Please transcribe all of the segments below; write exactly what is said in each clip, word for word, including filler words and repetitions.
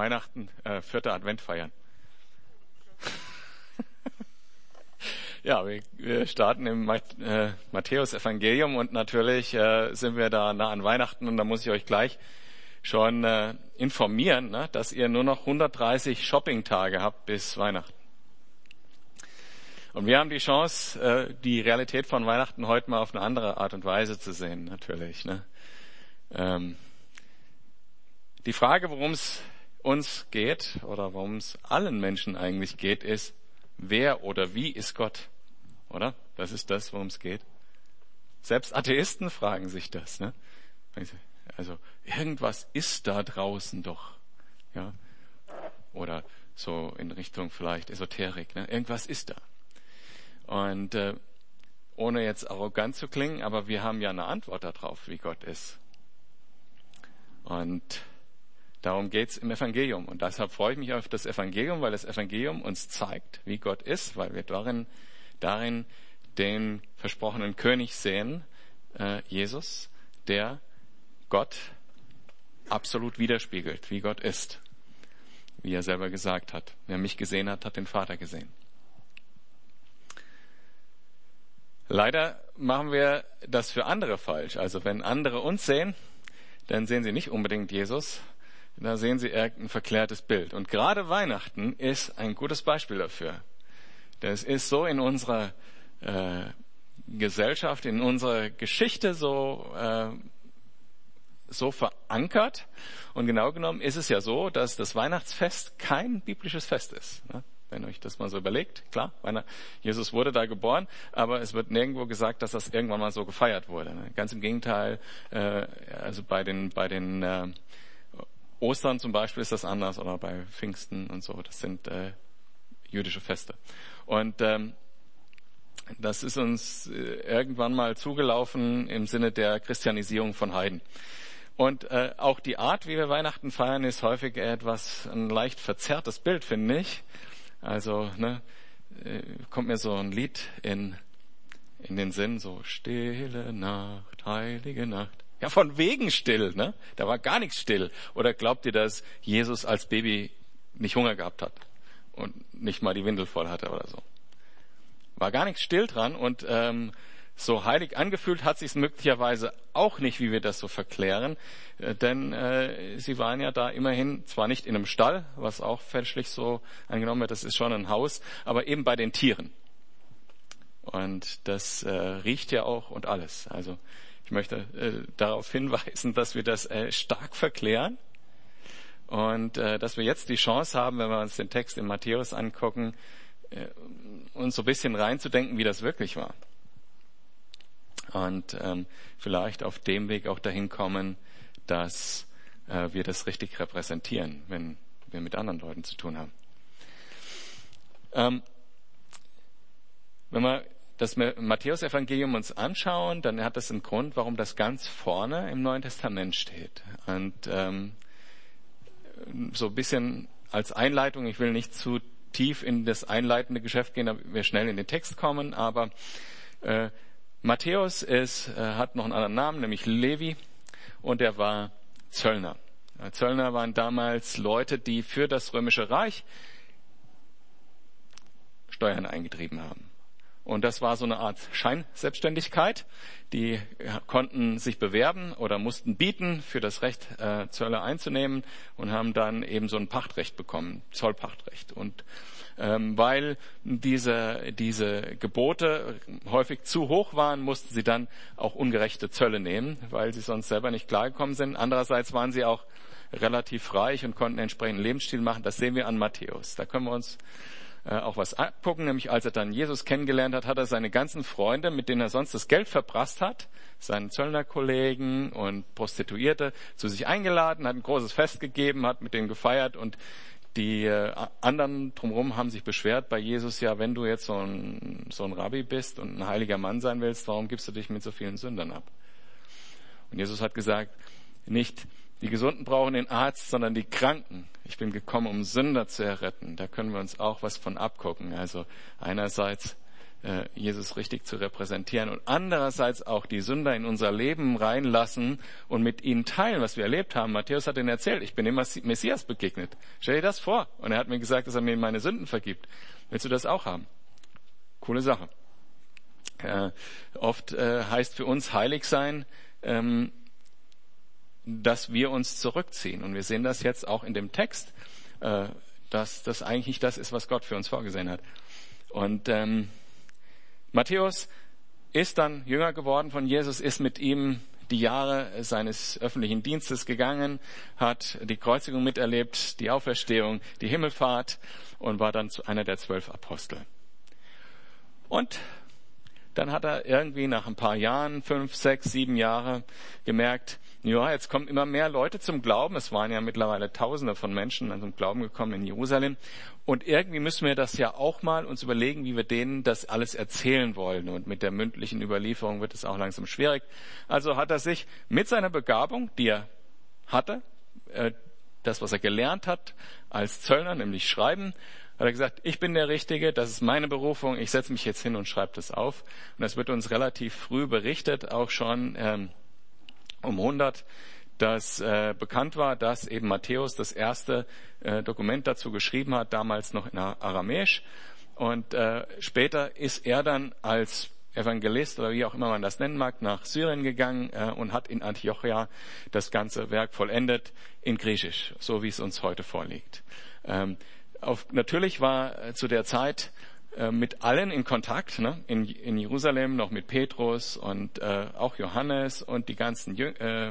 Weihnachten, äh, vierter Advent feiern. Ja, wir, wir starten im Mat- äh, Matthäus-Evangelium und natürlich äh, sind wir da nah an Weihnachten und da muss ich euch gleich schon äh, informieren, ne, dass ihr nur noch hundertdreißig Shoppingtage habt bis Weihnachten. Und wir haben die Chance, äh, die Realität von Weihnachten heute mal auf eine andere Art und Weise zu sehen, natürlich. Ne? Ähm, die Frage, worum es uns geht oder worum es allen Menschen eigentlich geht, ist, wer oder wie ist Gott? Oder? Das ist das, worum es geht. Selbst Atheisten fragen sich das. Ne? Also irgendwas ist da draußen doch. Ja? Oder so in Richtung vielleicht Esoterik. Ne? Irgendwas ist da. Und äh, ohne jetzt arrogant zu klingen, aber wir haben ja eine Antwort darauf, wie Gott ist. Und darum geht's im Evangelium. Und deshalb freue ich mich auf das Evangelium, weil das Evangelium uns zeigt, wie Gott ist, weil wir darin, darin den versprochenen König sehen, äh, Jesus, der Gott absolut widerspiegelt, wie Gott ist. Wie er selber gesagt hat. Wer mich gesehen hat, hat den Vater gesehen. Leider machen wir das für andere falsch. Also wenn andere uns sehen, dann sehen sie nicht unbedingt Jesus, da sehen sie irgendein verklärtes Bild. Und gerade Weihnachten ist ein gutes Beispiel dafür. Das ist so in unserer äh, Gesellschaft, in unserer Geschichte so äh, so verankert. Und genau genommen ist es ja so, dass das Weihnachtsfest kein biblisches Fest ist. Ne? Wenn euch das mal so überlegt, klar, Jesus wurde da geboren, aber es wird nirgendwo gesagt, dass das irgendwann mal so gefeiert wurde. Ne? Ganz im Gegenteil, äh, also bei den bei den äh, Ostern zum Beispiel ist das anders oder bei Pfingsten und so. Das sind äh, jüdische Feste. Und ähm, das ist uns äh, irgendwann mal zugelaufen im Sinne der Christianisierung von Heiden. Und äh, auch die Art, wie wir Weihnachten feiern, ist häufig etwas ein leicht verzerrtes Bild, finde ich. Also ne, äh, kommt mir so ein Lied in in den Sinn, so stille Nacht, heilige Nacht. Ja, von wegen still, ne? Da war gar nichts still. Oder glaubt ihr, dass Jesus als Baby nicht Hunger gehabt hat und nicht mal die Windel voll hatte oder so? War gar nichts still dran und ähm, so heilig angefühlt hat sich es möglicherweise auch nicht, wie wir das so verklären, äh, denn äh, sie waren ja da immerhin zwar nicht in einem Stall, was auch fälschlich so angenommen wird, das ist schon ein Haus, aber eben bei den Tieren. Und das äh, riecht ja auch und alles. Also ich möchte äh, darauf hinweisen, dass wir das äh, stark verklären und äh, dass wir jetzt die Chance haben, wenn wir uns den Text in Matthäus angucken, äh, uns so ein bisschen reinzudenken, wie das wirklich war. Und ähm, vielleicht auf dem Weg auch dahin kommen, dass äh, wir das richtig repräsentieren, wenn wir mit anderen Leuten zu tun haben. Ähm, wenn wir das Matthäus-Evangelium uns anschauen, dann hat das einen Grund, warum das ganz vorne im Neuen Testament steht. Und ähm, so ein bisschen als Einleitung, ich will nicht zu tief in das einleitende Geschäft gehen, damit wir schnell in den Text kommen, aber äh, Matthäus ist, äh, hat noch einen anderen Namen, nämlich Levi, und er war Zöllner. Zöllner waren damals Leute, die für das Römische Reich Steuern eingetrieben haben. Und das war so eine Art Scheinselbstständigkeit. Die konnten sich bewerben oder mussten bieten, für das Recht äh, Zölle einzunehmen und haben dann eben so ein Pachtrecht bekommen, Zollpachtrecht. Und ähm, weil diese, diese Gebote häufig zu hoch waren, mussten sie dann auch ungerechte Zölle nehmen, weil sie sonst selber nicht klargekommen sind. Andererseits waren sie auch relativ reich und konnten einen entsprechenden Lebensstil machen. Das sehen wir an Matthäus. Da können wir uns auch was abgucken, nämlich als er dann Jesus kennengelernt hat, hat er seine ganzen Freunde, mit denen er sonst das Geld verprasst hat, seinen Zöllnerkollegen und Prostituierte, zu sich eingeladen, hat ein großes Fest gegeben, hat mit denen gefeiert und die äh, anderen drumherum haben sich beschwert bei Jesus, ja, wenn du jetzt so ein, so ein Rabbi bist und ein heiliger Mann sein willst, warum gibst du dich mit so vielen Sündern ab? Und Jesus hat gesagt, nicht die Gesunden brauchen den Arzt, sondern die Kranken. Ich bin gekommen, um Sünder zu erretten. Da können wir uns auch was von abgucken. Also einerseits Jesus richtig zu repräsentieren und andererseits auch die Sünder in unser Leben reinlassen und mit ihnen teilen, was wir erlebt haben. Matthäus hat ihnen erzählt, ich bin dem Messias begegnet. Stell dir das vor. Und er hat mir gesagt, dass er mir meine Sünden vergibt. Willst du das auch haben? Coole Sache. Äh, oft äh, heißt für uns heilig sein, ähm, dass wir uns zurückziehen. Und wir sehen das jetzt auch in dem Text, äh, dass das eigentlich nicht das ist, was Gott für uns vorgesehen hat. Und ähm, Matthäus ist dann Jünger geworden von Jesus, ist mit ihm die Jahre seines öffentlichen Dienstes gegangen, hat die Kreuzigung miterlebt, die Auferstehung, die Himmelfahrt und war dann zu einer der zwölf Apostel. Und dann hat er irgendwie nach ein paar Jahren, fünf, sechs, sieben Jahre, gemerkt, ja, jetzt kommen immer mehr Leute zum Glauben. Es waren ja mittlerweile Tausende von Menschen zum Glauben gekommen in Jerusalem. Und irgendwie müssen wir das ja auch mal uns überlegen, wie wir denen das alles erzählen wollen. Und mit der mündlichen Überlieferung wird es auch langsam schwierig. Also hat er sich mit seiner Begabung, die er hatte, das, was er gelernt hat als Zöllner, nämlich Schreiben, hat er gesagt, ich bin der Richtige, das ist meine Berufung, ich setze mich jetzt hin und schreibe das auf. Und das wird uns relativ früh berichtet, auch schon ähm, um hundert, dass äh, bekannt war, dass eben Matthäus das erste äh, Dokument dazu geschrieben hat, damals noch in Aramäisch. Und äh, später ist er dann als Evangelist oder wie auch immer man das nennen mag, nach Syrien gegangen äh, und hat in Antiochia das ganze Werk vollendet in Griechisch, so wie es uns heute vorliegt. Ähm, auf, natürlich war äh, zu der Zeit äh, mit allen in Kontakt, ne? in, in Jerusalem noch mit Petrus und äh, auch Johannes und die ganzen Jüng, äh,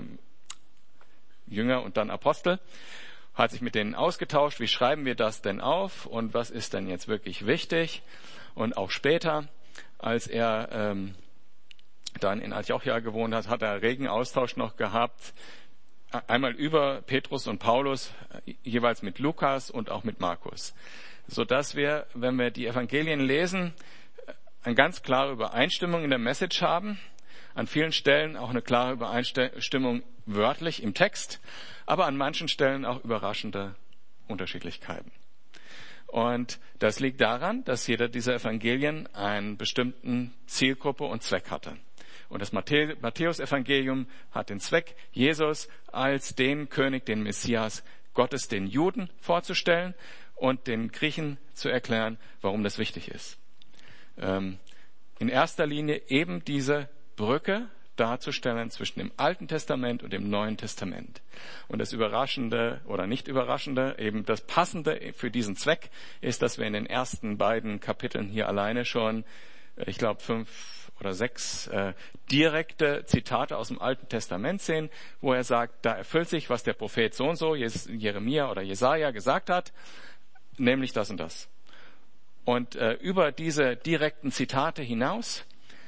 Jünger und dann Apostel, hat sich mit denen ausgetauscht, wie schreiben wir das denn auf und was ist denn jetzt wirklich wichtig. Und auch später, als er ähm, dann in Antiochia gewohnt hat, hat er regen Austausch noch gehabt, einmal über Petrus und Paulus, jeweils mit Lukas und auch mit Markus, sodass wir, wenn wir die Evangelien lesen, eine ganz klare Übereinstimmung in der Message haben, an vielen Stellen auch eine klare Übereinstimmung wörtlich im Text, aber an manchen Stellen auch überraschende Unterschiedlichkeiten. Und das liegt daran, dass jeder dieser Evangelien einen bestimmten Zielgruppe und Zweck hatte. Und das Matthäus-Evangelium hat den Zweck, Jesus als den König, den Messias Gottes den Juden vorzustellen und den Griechen zu erklären, warum das wichtig ist. Ähm, in erster Linie eben diese Brücke darzustellen zwischen dem Alten Testament und dem Neuen Testament. Und das Überraschende oder nicht Überraschende, eben das Passende für diesen Zweck ist, dass wir in den ersten beiden Kapiteln hier alleine schon, ich glaube, fünf oder sechs äh, direkte Zitate aus dem Alten Testament sehen, wo er sagt, da erfüllt sich, was der Prophet so und so, Jeremia oder Jesaja gesagt hat, nämlich das und das. Und äh, über diese direkten Zitate hinaus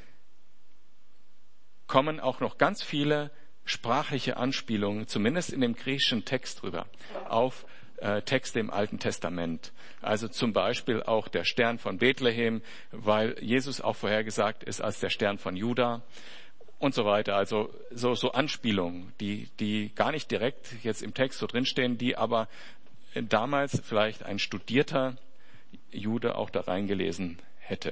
kommen auch noch ganz viele sprachliche Anspielungen, zumindest in dem griechischen Text drüber, auf äh, Texte im Alten Testament. Also zum Beispiel auch der Stern von Bethlehem, weil Jesus auch vorhergesagt ist als der Stern von Juda und so weiter. Also so, so Anspielungen, die, die gar nicht direkt jetzt im Text so drinstehen, die aber damals vielleicht ein studierter Jude auch da reingelesen hätte.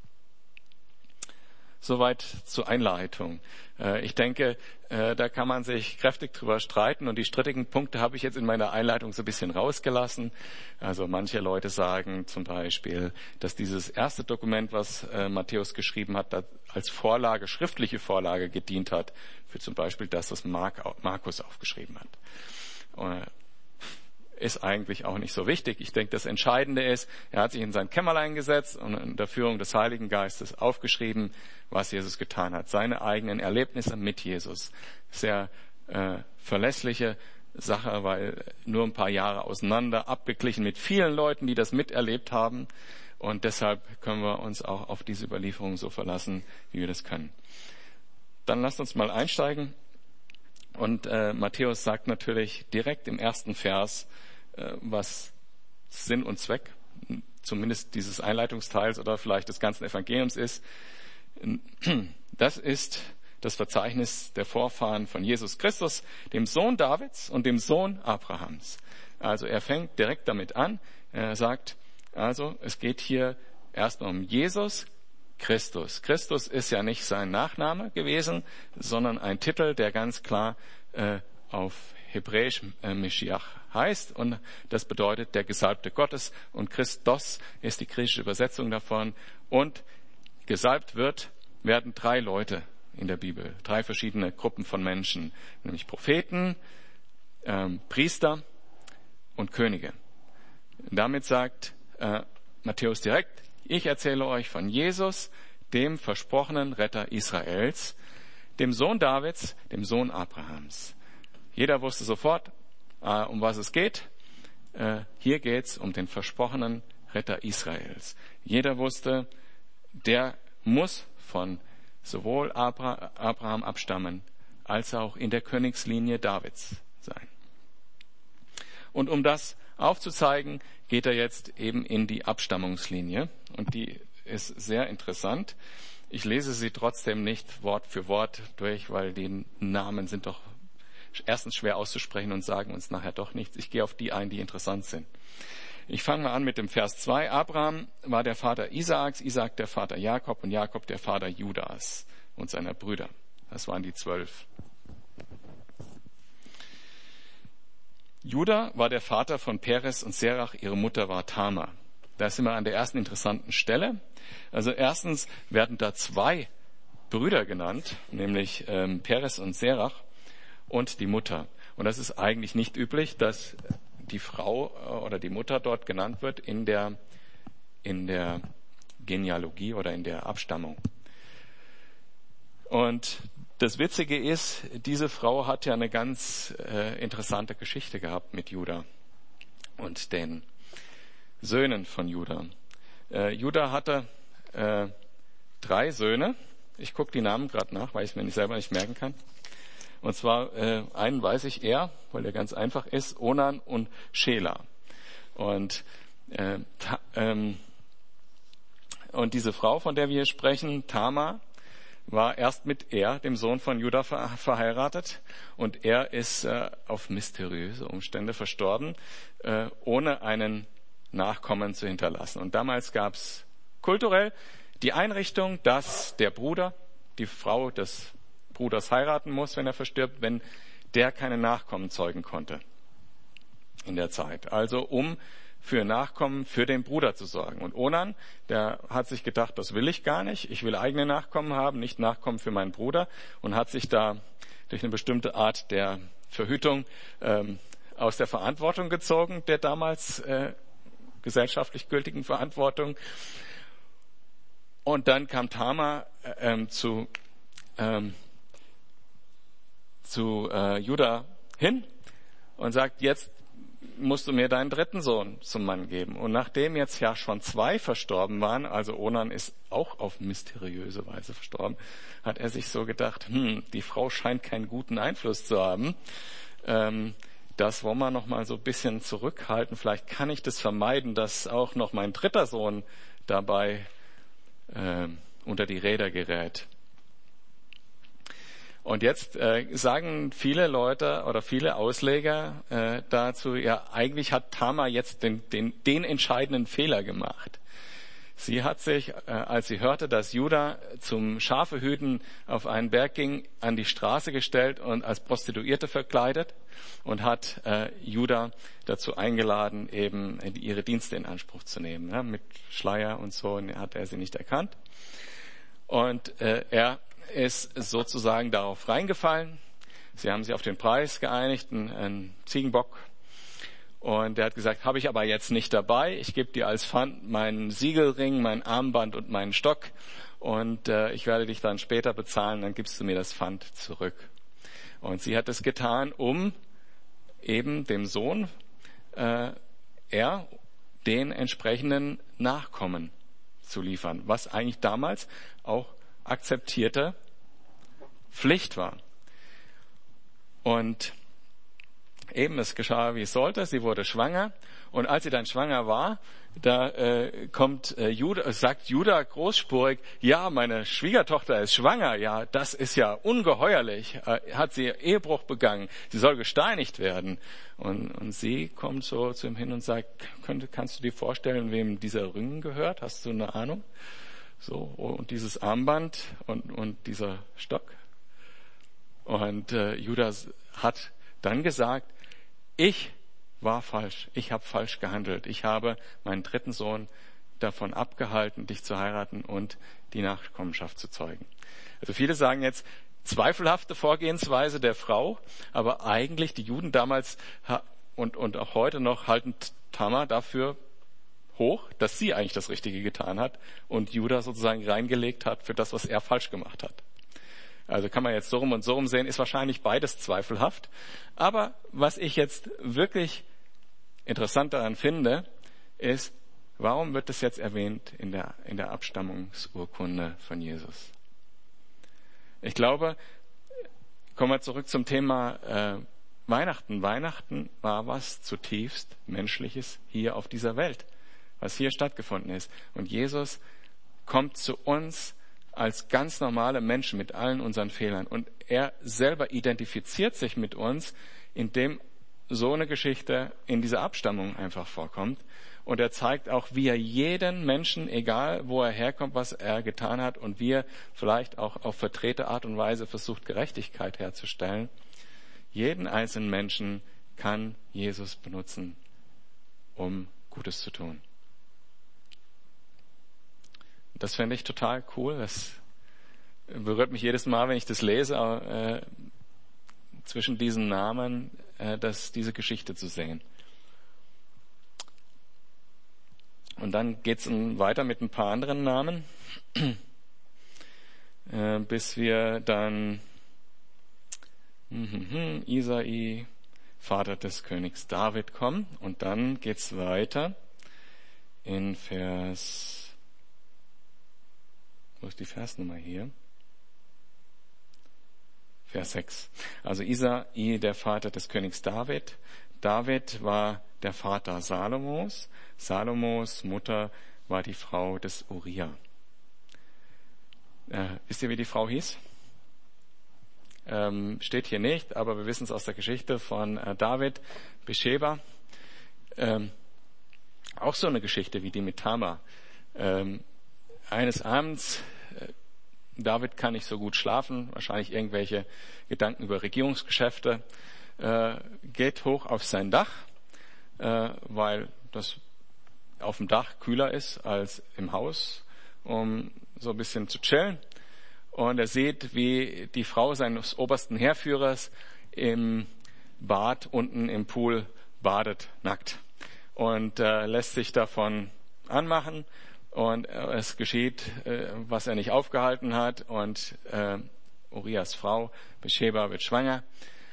Soweit zur Einleitung. Ich denke, da kann man sich kräftig drüber streiten und die strittigen Punkte habe ich jetzt in meiner Einleitung so ein bisschen rausgelassen. Also manche Leute sagen zum Beispiel, dass dieses erste Dokument, was Matthäus geschrieben hat, als Vorlage, schriftliche Vorlage gedient hat für zum Beispiel das, was Markus aufgeschrieben hat. Ist eigentlich auch nicht so wichtig. Ich denke, das Entscheidende ist, er hat sich in sein Kämmerlein gesetzt und in der Führung des Heiligen Geistes aufgeschrieben, was Jesus getan hat. Seine eigenen Erlebnisse mit Jesus. Sehr äh, verlässliche Sache, weil nur ein paar Jahre auseinander, abgeglichen mit vielen Leuten, die das miterlebt haben. Und deshalb können wir uns auch auf diese Überlieferung so verlassen, wie wir das können. Dann lasst uns mal einsteigen. Und äh, Matthäus sagt natürlich direkt im ersten Vers, was Sinn und Zweck, zumindest dieses Einleitungsteils oder vielleicht des ganzen Evangeliums ist. Das ist das Verzeichnis der Vorfahren von Jesus Christus, dem Sohn Davids und dem Sohn Abrahams. Also er fängt direkt damit an. Er sagt, also es geht hier erstmal um Jesus, Christus. Christus ist ja nicht sein Nachname gewesen, sondern ein Titel, der ganz klar äh, auf Hebräisch äh, Meschiach heißt, und das bedeutet der Gesalbte Gottes, und Christos ist die griechische Übersetzung davon, und gesalbt wird, werden drei Leute in der Bibel, drei verschiedene Gruppen von Menschen, nämlich Propheten, ähm, Priester und Könige. Damit sagt äh, Matthäus direkt: Ich erzähle euch von Jesus, dem versprochenen Retter Israels, dem Sohn Davids, dem Sohn Abrahams. Jeder wusste sofort, äh, um was es geht. Äh, hier geht's um den versprochenen Retter Israels. Jeder wusste, der muss von sowohl Abra- Abraham abstammen, als auch in der Königslinie Davids sein. Und um das aufzuzeigen, geht er jetzt eben in die Abstammungslinie. Und die ist sehr interessant. Ich lese sie trotzdem nicht Wort für Wort durch, weil die Namen sind doch erstens schwer auszusprechen und sagen uns nachher doch nichts. Ich gehe auf die ein, die interessant sind. Ich fange mal an mit dem Vers zwei. Abraham war der Vater Isaaks, Isaak der Vater Jakob und Jakob der Vater Judas und seiner Brüder. Das waren die zwölf. Juda war der Vater von Peres und Serach, ihre Mutter war Tamar. Da sind wir an der ersten interessanten Stelle. Also erstens werden da zwei Brüder genannt, nämlich ähm, Peres und Serach und die Mutter. Und das ist eigentlich nicht üblich, dass die Frau oder die Mutter dort genannt wird in der, in der Genealogie oder in der Abstammung. Und das Witzige ist, diese Frau hat ja eine ganz äh, interessante Geschichte gehabt mit Juda und den Söhnen von Juda. Äh, Juda hatte äh, drei Söhne. Ich gucke die Namen gerade nach, weil ich es mir nicht selber nicht merken kann. Und zwar äh, einen weiß ich eher, weil der ganz einfach ist: Onan und Schela. Und äh, ta, ähm, und diese Frau, von der wir hier sprechen, Tamar, war erst mit Er, dem Sohn von Juda, verheiratet, und er ist äh, auf mysteriöse Umstände verstorben, äh, ohne einen Nachkommen zu hinterlassen. Und damals gab es kulturell die Einrichtung, dass der Bruder die Frau des Bruders heiraten muss, wenn er verstirbt, wenn der keine Nachkommen zeugen konnte in der Zeit. Also um für Nachkommen für den Bruder zu sorgen. Und Onan, der hat sich gedacht, das will ich gar nicht. Ich will eigene Nachkommen haben, nicht Nachkommen für meinen Bruder, und hat sich da durch eine bestimmte Art der Verhütung ähm, aus der Verantwortung gezogen, der damals äh, gesellschaftlich gültigen Verantwortung. Und dann kam Tamar äh, ähm, zu ähm, zu äh, Juda hin und sagt: Jetzt musst du mir deinen dritten Sohn zum Mann geben. Und nachdem jetzt ja schon zwei verstorben waren, also Onan ist auch auf mysteriöse Weise verstorben, hat er sich so gedacht, hm, die Frau scheint keinen guten Einfluss zu haben. Ähm, das wollen wir noch mal so ein bisschen zurückhalten. Vielleicht kann ich das vermeiden, dass auch noch mein dritter Sohn dabei äh, unter die Räder gerät. Und jetzt äh, sagen viele Leute oder viele Ausleger äh, dazu, ja, eigentlich hat Tamar jetzt den, den, den entscheidenden Fehler gemacht. Sie hat sich, äh, als sie hörte, dass Juda zum Schafehüten auf einen Berg ging, an die Straße gestellt und als Prostituierte verkleidet und hat äh, Juda dazu eingeladen, eben ihre Dienste in Anspruch zu nehmen. Ja, mit Schleier und so hat er sie nicht erkannt. Und äh, er ist sozusagen darauf reingefallen. Sie haben sich auf den Preis geeinigt, einen Ziegenbock. Und er hat gesagt, habe ich aber jetzt nicht dabei. Ich gebe dir als Pfand meinen Siegelring, mein Armband und meinen Stock. Und äh, ich werde dich dann später bezahlen, dann gibst du mir das Pfand zurück. Und sie hat es getan, um eben dem Sohn, äh, er, den entsprechenden Nachkommen zu liefern. Was eigentlich damals auch akzeptierte Pflicht war. Und eben, es geschah, wie es sollte. Sie wurde schwanger. Und als sie dann schwanger war, da äh, kommt äh, Juda, sagt Juda großspurig, ja, meine Schwiegertochter ist schwanger. Ja, das ist ja ungeheuerlich. Äh, hat sie Ehebruch begangen. Sie soll gesteinigt werden. Und, und sie kommt so zu ihm hin und sagt, könnte, kannst du dir vorstellen, wem dieser Ring gehört? Hast du eine Ahnung? So, und dieses Armband und, und dieser Stock. Und äh, Judas hat dann gesagt, ich war falsch, ich habe falsch gehandelt. Ich habe meinen dritten Sohn davon abgehalten, dich zu heiraten und die Nachkommenschaft zu zeugen. Also viele sagen jetzt, zweifelhafte Vorgehensweise der Frau, aber eigentlich die Juden damals und, und auch heute noch halten Tamar dafür hoch, dass sie eigentlich das Richtige getan hat und Judah sozusagen reingelegt hat für das, was er falsch gemacht hat. Also kann man jetzt so rum und so rum sehen, ist wahrscheinlich beides zweifelhaft. Aber was ich jetzt wirklich interessant daran finde, ist, warum wird das jetzt erwähnt in der, in der Abstammungsurkunde von Jesus? Ich glaube, kommen wir zurück zum Thema äh, Weihnachten. Weihnachten war was zutiefst Menschliches hier auf dieser Welt, was hier stattgefunden ist. Und Jesus kommt zu uns als ganz normale Menschen mit allen unseren Fehlern. Und er selber identifiziert sich mit uns, indem so eine Geschichte in dieser Abstammung einfach vorkommt. Und er zeigt auch, wie er jeden Menschen, egal wo er herkommt, was er getan hat und wie er vielleicht auch auf verdrehte Art und Weise versucht, Gerechtigkeit herzustellen. Jeden einzelnen Menschen kann Jesus benutzen, um Gutes zu tun. Das fände ich total cool. Das berührt mich jedes Mal, wenn ich das lese, äh, zwischen diesen Namen, äh, das, diese Geschichte zu sehen. Und dann geht's weiter mit ein paar anderen Namen, äh, bis wir dann mm, Isai, Vater des Königs David, kommen. Und dann geht's weiter in Vers, wo ist die Versnummer hier? Vers sechs. Also Isai, der Vater des Königs David. David war der Vater Salomos. Salomos Mutter war die Frau des Uriah. Äh, wisst ihr, wie die Frau hieß? Ähm, steht hier nicht, aber wir wissen es aus der Geschichte von äh, David, Bescheba. Ähm, auch so eine Geschichte wie die mit Tamar. Ähm, eines Abends, äh, David kann nicht so gut schlafen, wahrscheinlich irgendwelche Gedanken über Regierungsgeschäfte, äh, geht hoch auf sein Dach, äh, weil das auf dem Dach kühler ist als im Haus, um so ein bisschen zu chillen. Und er sieht, wie die Frau seines obersten Heerführers im Bad unten im Pool badet, nackt. Und äh, lässt sich davon anmachen. Und äh, es geschieht, äh, was er nicht aufgehalten hat. Und äh, Urias Frau, Bescheba, wird schwanger.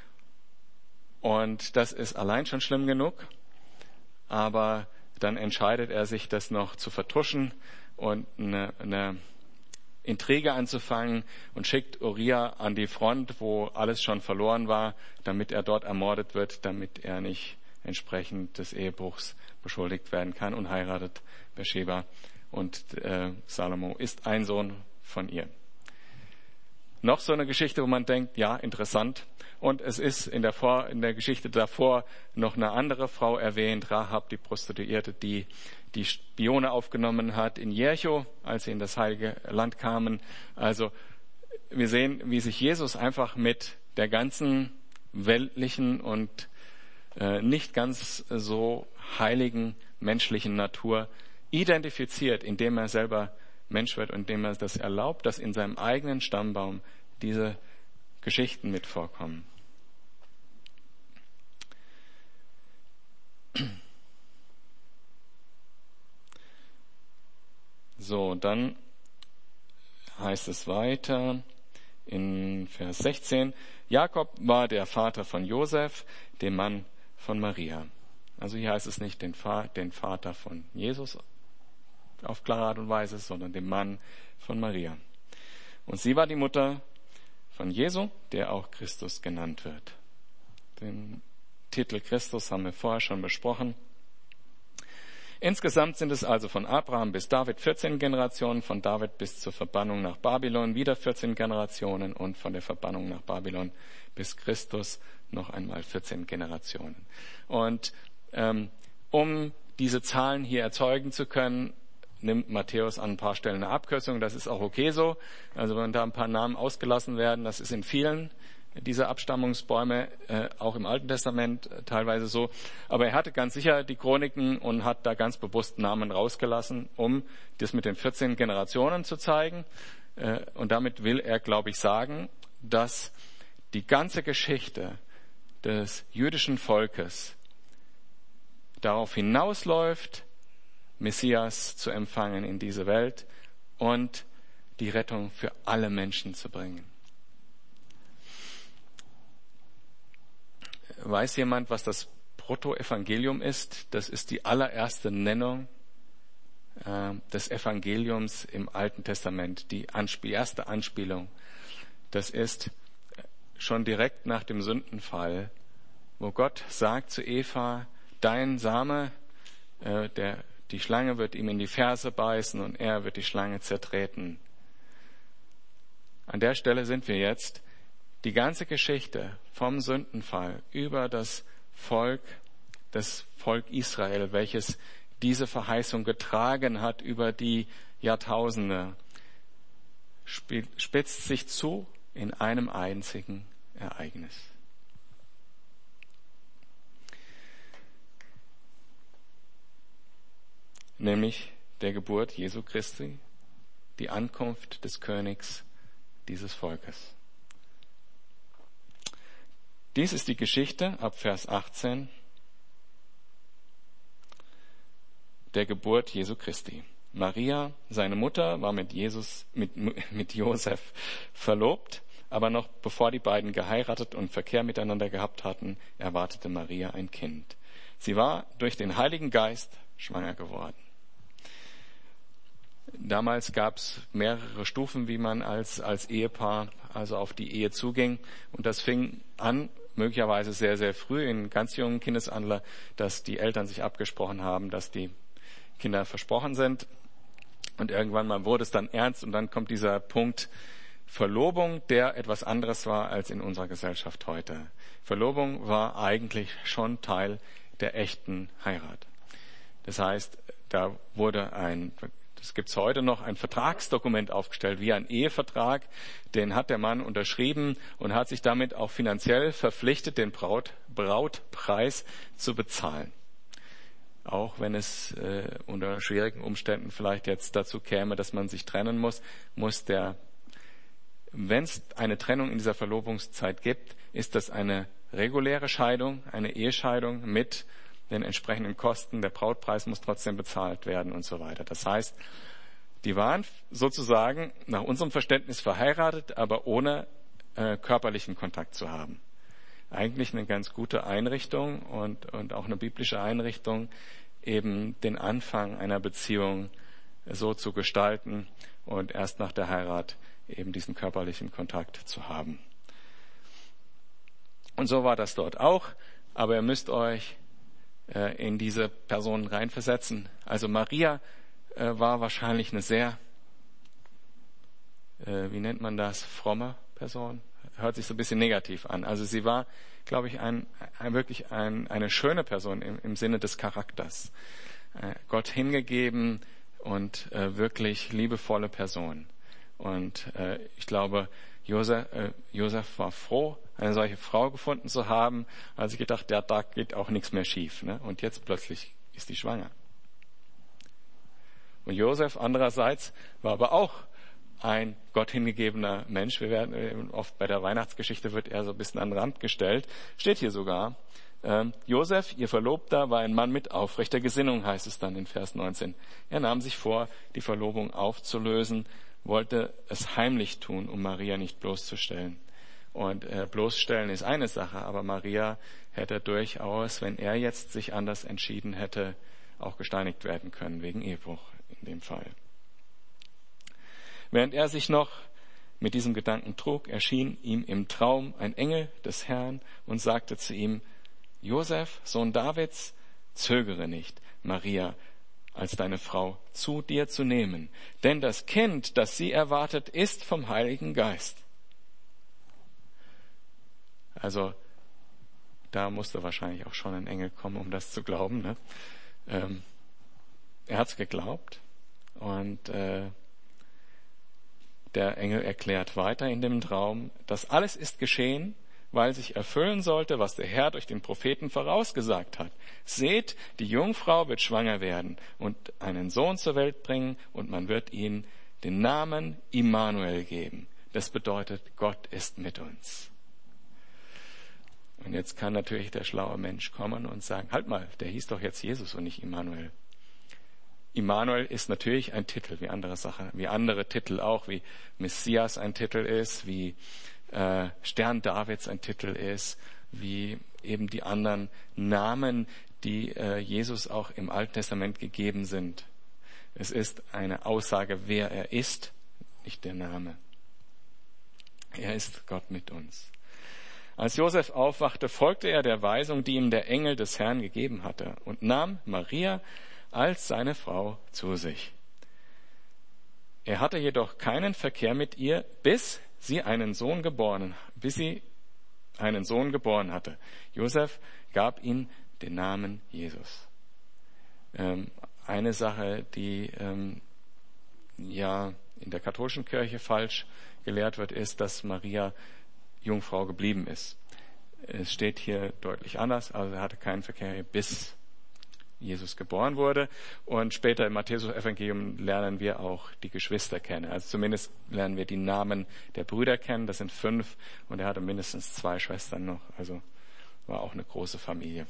Und das ist allein schon schlimm genug. Aber dann entscheidet er sich, das noch zu vertuschen und eine, eine Intrige anzufangen und schickt Uriah an die Front, wo alles schon verloren war, damit er dort ermordet wird, damit er nicht entsprechend des Ehebruchs beschuldigt werden kann, und heiratet Bescheba. Und äh, Salomo ist ein Sohn von ihr. Noch so eine Geschichte, wo man denkt, ja, interessant. Und es ist in der, Vor-, in der Geschichte davor noch eine andere Frau erwähnt, Rahab, die Prostituierte, die die Spione aufgenommen hat in Jericho, als sie in das heilige Land kamen. Also wir sehen, wie sich Jesus einfach mit der ganzen weltlichen und äh, nicht ganz so heiligen menschlichen Natur identifiziert, indem er selber Mensch wird und indem er das erlaubt, dass in seinem eigenen Stammbaum diese Geschichten mit vorkommen. So, dann heißt es weiter in Vers sechzehn. Jakob war der Vater von Josef, dem Mann von Maria. Also hier heißt es nicht den, Fa- den Vater von Jesus auf klare Art und Weise, sondern dem Mann von Maria. Und sie war die Mutter von Jesu, der auch Christus genannt wird. Den Titel Christus haben wir vorher schon besprochen. Insgesamt sind es also von Abraham bis David vierzehn Generationen, von David bis zur Verbannung nach Babylon wieder vierzehn Generationen und von der Verbannung nach Babylon bis Christus noch einmal vierzehn Generationen. Und ähm, um diese Zahlen hier erzeugen zu können, nimmt Matthäus an ein paar Stellen eine Abkürzung. Das ist auch okay so. Also wenn da ein paar Namen ausgelassen werden, das ist in vielen dieser Abstammungsbäume, äh, auch im Alten Testament äh, teilweise so. Aber er hatte ganz sicher die Chroniken und hat da ganz bewusst Namen rausgelassen, um das mit den vierzehn Generationen zu zeigen. Äh, und damit will er, glaube ich, sagen, dass die ganze Geschichte des jüdischen Volkes darauf hinausläuft, Messias zu empfangen in diese Welt und die Rettung für alle Menschen zu bringen. Weiß jemand, was das Protoevangelium ist? Das ist die allererste Nennung äh, des Evangeliums im Alten Testament, die Anspiel, erste Anspielung. Das ist schon direkt nach dem Sündenfall, wo Gott sagt zu Eva, dein Same, äh, der, die Schlange wird ihm in die Ferse beißen und er wird die Schlange zertreten. An der Stelle sind wir jetzt. Die ganze Geschichte vom Sündenfall über das Volk, das Volk Israel, welches diese Verheißung getragen hat über die Jahrtausende, spitzt sich zu in einem einzigen Ereignis. Nämlich der Geburt Jesu Christi, die Ankunft des Königs dieses Volkes. Dies ist die Geschichte ab Vers achtzehn der Geburt Jesu Christi. Maria, seine Mutter, war mit Jesus, mit, mit Josef verlobt, aber noch bevor die beiden geheiratet und Verkehr miteinander gehabt hatten, erwartete Maria ein Kind. Sie war durch den Heiligen Geist schwanger geworden. Damals gab es mehrere Stufen, wie man als, als Ehepaar also auf die Ehe zuging. Und das fing an, möglicherweise sehr, sehr früh, in ganz jungen Kindesalter, dass die Eltern sich abgesprochen haben, dass die Kinder versprochen sind. Und irgendwann mal wurde es dann ernst und dann kommt dieser Punkt Verlobung, der etwas anderes war als in unserer Gesellschaft heute. Verlobung war eigentlich schon Teil der echten Heirat. Das heißt, da wurde ein Das gibt's heute noch, ein Vertragsdokument aufgestellt, wie ein Ehevertrag. Den hat der Mann unterschrieben und hat sich damit auch finanziell verpflichtet, den Braut, Brautpreis zu bezahlen. Auch wenn es äh, unter schwierigen Umständen vielleicht jetzt dazu käme, dass man sich trennen muss, muss der, wenn es eine Trennung in dieser Verlobungszeit gibt, ist das eine reguläre Scheidung, eine Ehescheidung mit den entsprechenden Kosten, der Brautpreis muss trotzdem bezahlt werden und so weiter. Das heißt, die waren sozusagen nach unserem Verständnis verheiratet, aber ohne äh, körperlichen Kontakt zu haben. Eigentlich eine ganz gute Einrichtung und, und auch eine biblische Einrichtung, eben den Anfang einer Beziehung so zu gestalten und erst nach der Heirat eben diesen körperlichen Kontakt zu haben. Und so war das dort auch, aber ihr müsst euch in diese Person reinversetzen. Also Maria äh, war wahrscheinlich eine sehr, äh, wie nennt man das, fromme Person. Hört sich so ein bisschen negativ an. Also sie war, glaube ich, ein, ein, wirklich ein, eine schöne Person im, im Sinne des Charakters. Äh, Gott hingegeben und äh, wirklich liebevolle Person. Und äh, ich glaube, Josef, äh, Josef war froh, eine solche Frau gefunden zu haben, hat sich gedacht, ja, da geht auch nichts mehr schief. Ne? Und jetzt plötzlich ist die schwanger. Und Josef andererseits war aber auch ein Gott hingegebener Mensch. Wir werden oft bei der Weihnachtsgeschichte wird er so ein bisschen an den Rand gestellt. Steht hier sogar. Ähm, Josef, ihr Verlobter, war ein Mann mit aufrechter Gesinnung, heißt es dann in Vers neunzehn. Er nahm sich vor, die Verlobung aufzulösen, wollte es heimlich tun, um Maria nicht bloßzustellen. Und äh, bloßstellen ist eine Sache, aber Maria hätte durchaus, wenn er jetzt sich anders entschieden hätte, auch gesteinigt werden können, wegen Ehebruch in dem Fall. Während er sich noch mit diesem Gedanken trug, erschien ihm im Traum ein Engel des Herrn und sagte zu ihm, Josef, Sohn Davids, zögere nicht, Maria als deine Frau zu dir zu nehmen, denn das Kind, das sie erwartet, ist vom Heiligen Geist. Also da musste wahrscheinlich auch schon ein Engel kommen, um das zu glauben. Ne? Ähm, er hat es geglaubt Und äh, der Engel erklärt weiter in dem Traum, das alles ist geschehen, weil sich erfüllen sollte, was der Herr durch den Propheten vorausgesagt hat. Seht, die Jungfrau wird schwanger werden und einen Sohn zur Welt bringen und man wird ihm den Namen Immanuel geben. Das bedeutet, Gott ist mit uns. Und jetzt kann natürlich der schlaue Mensch kommen und sagen, halt mal, der hieß doch jetzt Jesus und nicht Immanuel. Immanuel ist natürlich ein Titel, wie andere Sachen, wie andere Titel auch, wie Messias ein Titel ist, wie äh, Stern Davids ein Titel ist, wie eben die anderen Namen, die äh, Jesus auch im Alten Testament gegeben sind. Es ist eine Aussage, wer er ist, nicht der Name. Er ist Gott mit uns. Als Josef aufwachte, folgte er der Weisung, die ihm der Engel des Herrn gegeben hatte, und nahm Maria als seine Frau zu sich. Er hatte jedoch keinen Verkehr mit ihr, bis sie einen Sohn geboren, bis sie einen Sohn geboren hatte. Josef gab ihm den Namen Jesus. Ähm, eine Sache, die ähm, ja in der katholischen Kirche falsch gelehrt wird, ist, dass Maria Jungfrau geblieben ist. Es steht hier deutlich anders, also er hatte keinen Verkehr, bis Jesus geboren wurde. Und später im Matthäus-Evangelium lernen wir auch die Geschwister kennen. Also zumindest lernen wir die Namen der Brüder kennen. Das sind fünf und er hatte mindestens zwei Schwestern noch. Also war auch eine große Familie.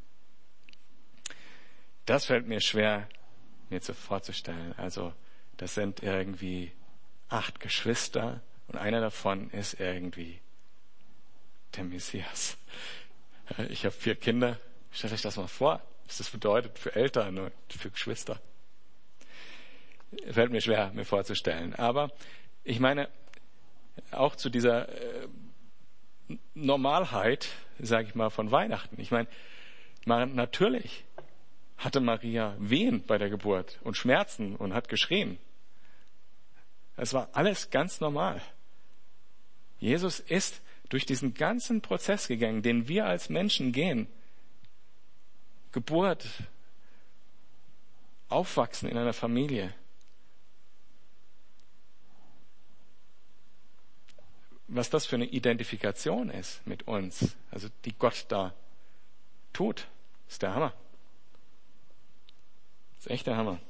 Das fällt mir schwer, mir zu vorzustellen. Also das sind irgendwie acht Geschwister und einer davon ist irgendwie der Messias. Ich habe vier Kinder. Stellt euch das mal vor, was das bedeutet für Eltern und für Geschwister. Fällt mir schwer, mir vorzustellen. Aber ich meine, auch zu dieser äh, Normalheit, sage ich mal, von Weihnachten. Ich meine, man, natürlich hatte Maria Wehen bei der Geburt und Schmerzen und hat geschrien. Es war alles ganz normal. Jesus ist durch diesen ganzen Prozess gegangen, den wir als Menschen gehen. Geburt, Aufwachsen in einer Familie. Was das für eine Identifikation ist mit uns, also die Gott da tut, ist der Hammer. Ist echt der Hammer.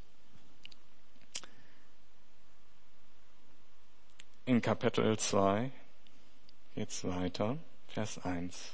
In Kapitel zwei geht's weiter, Vers eins.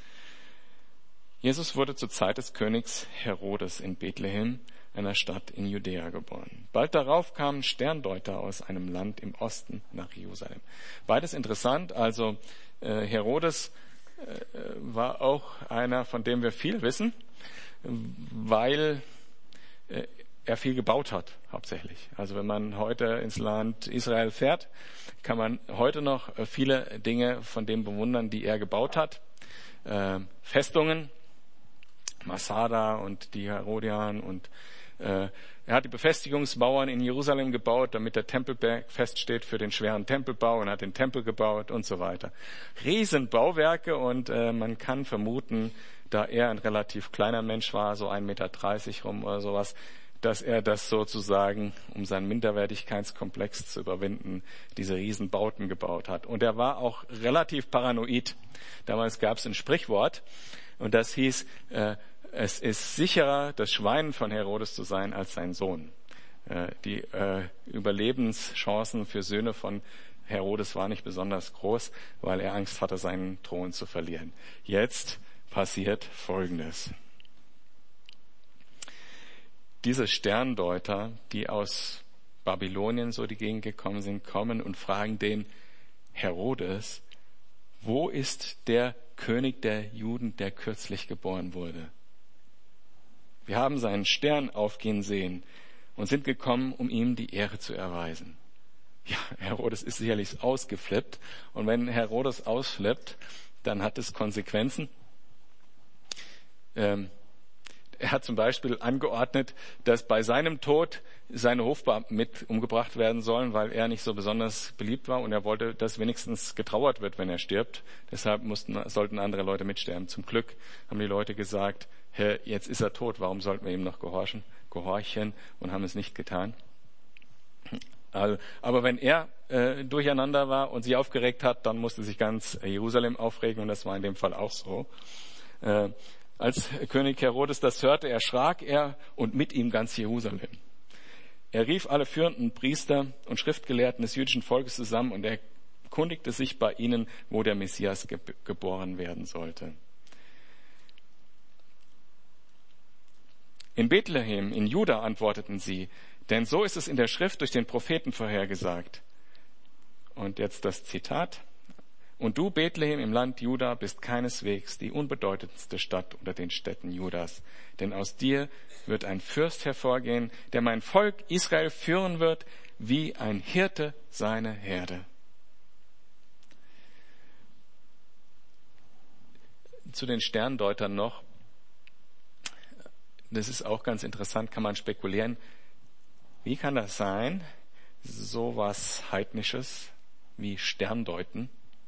Jesus wurde zur Zeit des Königs Herodes in Bethlehem, einer Stadt in Judäa, geboren. Bald darauf kamen Sterndeuter aus einem Land im Osten nach Jerusalem. Beides interessant, also äh, Herodes äh, war auch einer, von dem wir viel wissen, weil äh, er viel gebaut hat, hauptsächlich. Also wenn man heute ins Land Israel fährt, kann man heute noch viele Dinge von dem bewundern, die er gebaut hat. Äh, Festungen, Masada und die Herodian und äh, er hat die Befestigungsmauern in Jerusalem gebaut, damit der Tempelberg feststeht für den schweren Tempelbau und hat den Tempel gebaut und so weiter. Riesenbauwerke und äh, man kann vermuten, da er ein relativ kleiner Mensch war, so ein Meter dreißig rum oder sowas, dass er das sozusagen, um seinen Minderwertigkeitskomplex zu überwinden, diese Riesenbauten gebaut hat. Und er war auch relativ paranoid. Damals gab es ein Sprichwort und das hieß, äh, es ist sicherer, das Schwein von Herodes zu sein, als sein Sohn. Äh, die äh, Überlebenschancen für Söhne von Herodes waren nicht besonders groß, weil er Angst hatte, seinen Thron zu verlieren. Jetzt passiert Folgendes. Diese Sterndeuter, die aus Babylonien so die Gegend gekommen sind, kommen und fragen den Herodes, wo ist der König der Juden, der kürzlich geboren wurde? Wir haben seinen Stern aufgehen sehen und sind gekommen, um ihm die Ehre zu erweisen. Ja, Herodes ist sicherlich ausgeflippt. Und wenn Herodes ausflippt, dann hat es Konsequenzen. Ähm, er hat zum Beispiel angeordnet, dass bei seinem Tod seine Hofbeamten mit umgebracht werden sollen, weil er nicht so besonders beliebt war und er wollte, dass wenigstens getrauert wird, wenn er stirbt. Deshalb mussten, sollten andere Leute mitsterben. Zum Glück haben die Leute gesagt, Herr, jetzt ist er tot, warum sollten wir ihm noch gehorchen, gehorchen und haben es nicht getan. Aber wenn er äh, durcheinander war und sich aufgeregt hat, dann musste sich ganz Jerusalem aufregen und das war in dem Fall auch so. Äh, als König Herodes das hörte, erschrak er und mit ihm ganz Jerusalem. Er rief alle führenden Priester und Schriftgelehrten des jüdischen Volkes zusammen und er erkundigte sich bei ihnen, wo der Messias ge- geboren werden sollte. In Bethlehem, in Juda, antworteten sie, denn so ist es in der Schrift durch den Propheten vorhergesagt. Und jetzt das Zitat. Und du, Bethlehem im Land Juda, bist keineswegs die unbedeutendste Stadt unter den Städten Judas. Denn aus dir wird ein Fürst hervorgehen, der mein Volk Israel führen wird, wie ein Hirte seine Herde. Zu den Sterndeutern noch. Das ist auch ganz interessant, kann man spekulieren. Wie kann das sein, so was Heidnisches wie Sterndeuten,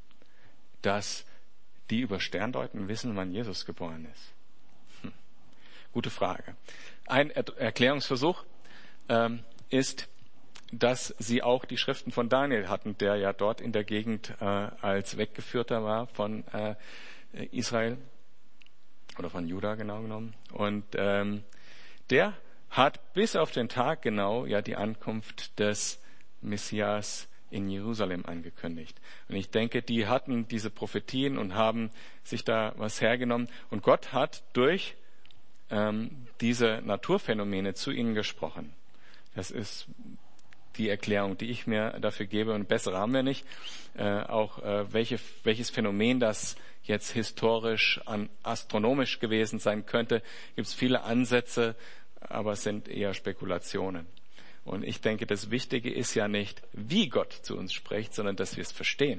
dass die über Sterndeuten wissen, wann Jesus geboren ist? Hm. Gute Frage. Ein er- Erklärungsversuch ähm, ist, dass sie auch die Schriften von Daniel hatten, der ja dort in der Gegend äh, als Weggeführter war von äh, Israel oder von Juda genau genommen. Und ähm, der hat bis auf den Tag genau ja die Ankunft des Messias in Jerusalem angekündigt. Und ich denke, die hatten diese Prophetien und haben sich da was hergenommen. Und Gott hat durch ähm, diese Naturphänomene zu ihnen gesprochen. Das ist die Erklärung, die ich mir dafür gebe. Und bessere haben wir nicht. Äh, auch äh, welche, welches Phänomen das jetzt historisch, an, astronomisch gewesen sein könnte, gibt es viele Ansätze, aber es sind eher Spekulationen. Und ich denke, das Wichtige ist ja nicht, wie Gott zu uns spricht, sondern dass wir es verstehen.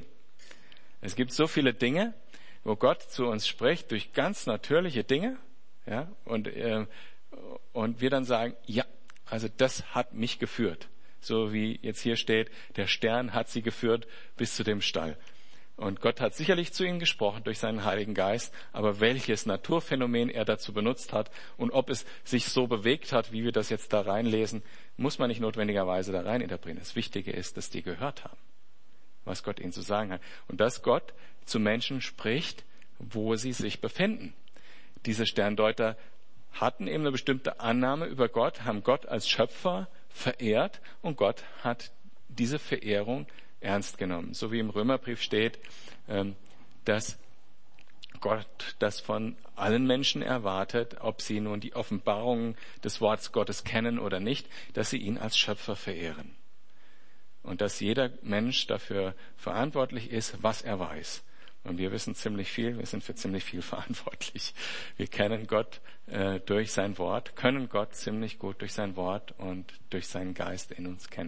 Es gibt so viele Dinge, wo Gott zu uns spricht durch ganz natürliche Dinge, ja, und äh, und wir dann sagen, ja, also das hat mich geführt. So wie jetzt hier steht, der Stern hat sie geführt bis zu dem Stall. Und Gott hat sicherlich zu ihnen gesprochen durch seinen Heiligen Geist, aber welches Naturphänomen er dazu benutzt hat und ob es sich so bewegt hat, wie wir das jetzt da reinlesen, muss man nicht notwendigerweise da rein interpretieren. Das Wichtige ist, dass die gehört haben, was Gott ihnen zu sagen hat. Und dass Gott zu Menschen spricht, wo sie sich befinden. Diese Sterndeuter hatten eben eine bestimmte Annahme über Gott, haben Gott als Schöpfer verehrt und Gott hat diese Verehrung ernst genommen. So wie im Römerbrief steht, dass Gott das von allen Menschen erwartet, ob sie nun die Offenbarung des Wortes Gottes kennen oder nicht, dass sie ihn als Schöpfer verehren. Und dass jeder Mensch dafür verantwortlich ist, was er weiß. Und wir wissen ziemlich viel, wir sind für ziemlich viel verantwortlich. Wir kennen Gott äh, durch sein Wort, können Gott ziemlich gut durch sein Wort und durch seinen Geist in uns kennen.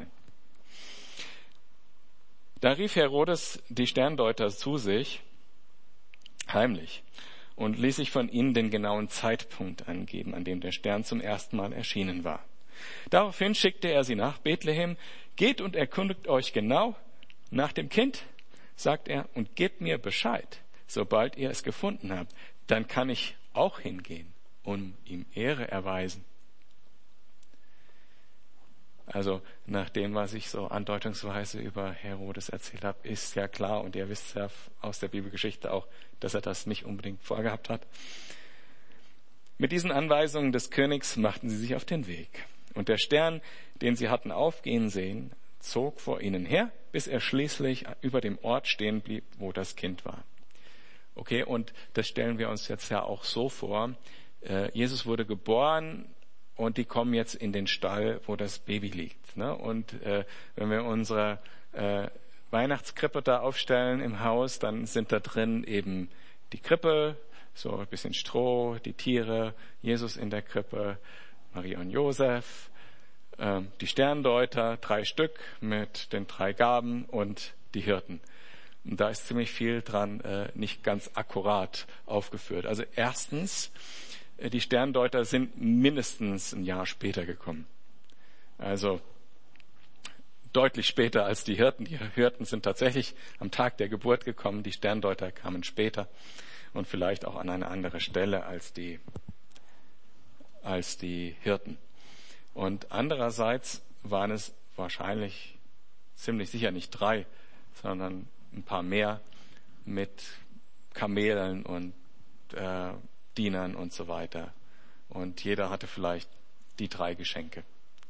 Da rief Herodes die Sterndeuter zu sich, heimlich, und ließ sich von ihnen den genauen Zeitpunkt angeben, an dem der Stern zum ersten Mal erschienen war. Daraufhin schickte er sie nach Bethlehem. Geht und erkundigt euch genau nach dem Kind, sagt er, und gebt mir Bescheid, sobald ihr es gefunden habt. Dann kann ich auch hingehen und ihm Ehre erweisen. Also nach dem, was ich so andeutungsweise über Herodes erzählt habe, ist ja klar, und ihr wisst ja aus der Bibelgeschichte auch, dass er das nicht unbedingt vorgehabt hat. Mit diesen Anweisungen des Königs machten sie sich auf den Weg. Und der Stern, den sie hatten aufgehen sehen, zog vor ihnen her, bis er schließlich über dem Ort stehen blieb, wo das Kind war. Okay, und das stellen wir uns jetzt ja auch so vor. Äh, Jesus wurde geboren und die kommen jetzt in den Stall, wo das Baby liegt. Ne? Und äh, wenn wir unsere äh, Weihnachtskrippe da aufstellen im Haus, dann sind da drin eben die Krippe, so ein bisschen Stroh, die Tiere, Jesus in der Krippe, Maria und Josef, äh, die Sterndeuter, drei Stück mit den drei Gaben und die Hirten. Und da ist ziemlich viel dran äh, nicht ganz akkurat aufgeführt. Also erstens, äh, die Sterndeuter sind mindestens ein Jahr später gekommen. Also deutlich später als die Hirten. Die Hirten sind tatsächlich am Tag der Geburt gekommen, die Sterndeuter kamen später und vielleicht auch an eine andere Stelle als die, als die Hirten. Und andererseits waren es wahrscheinlich, ziemlich sicher nicht drei, sondern ein paar mehr mit Kamelen und äh, Dienern und so weiter. Und jeder hatte vielleicht die drei Geschenke.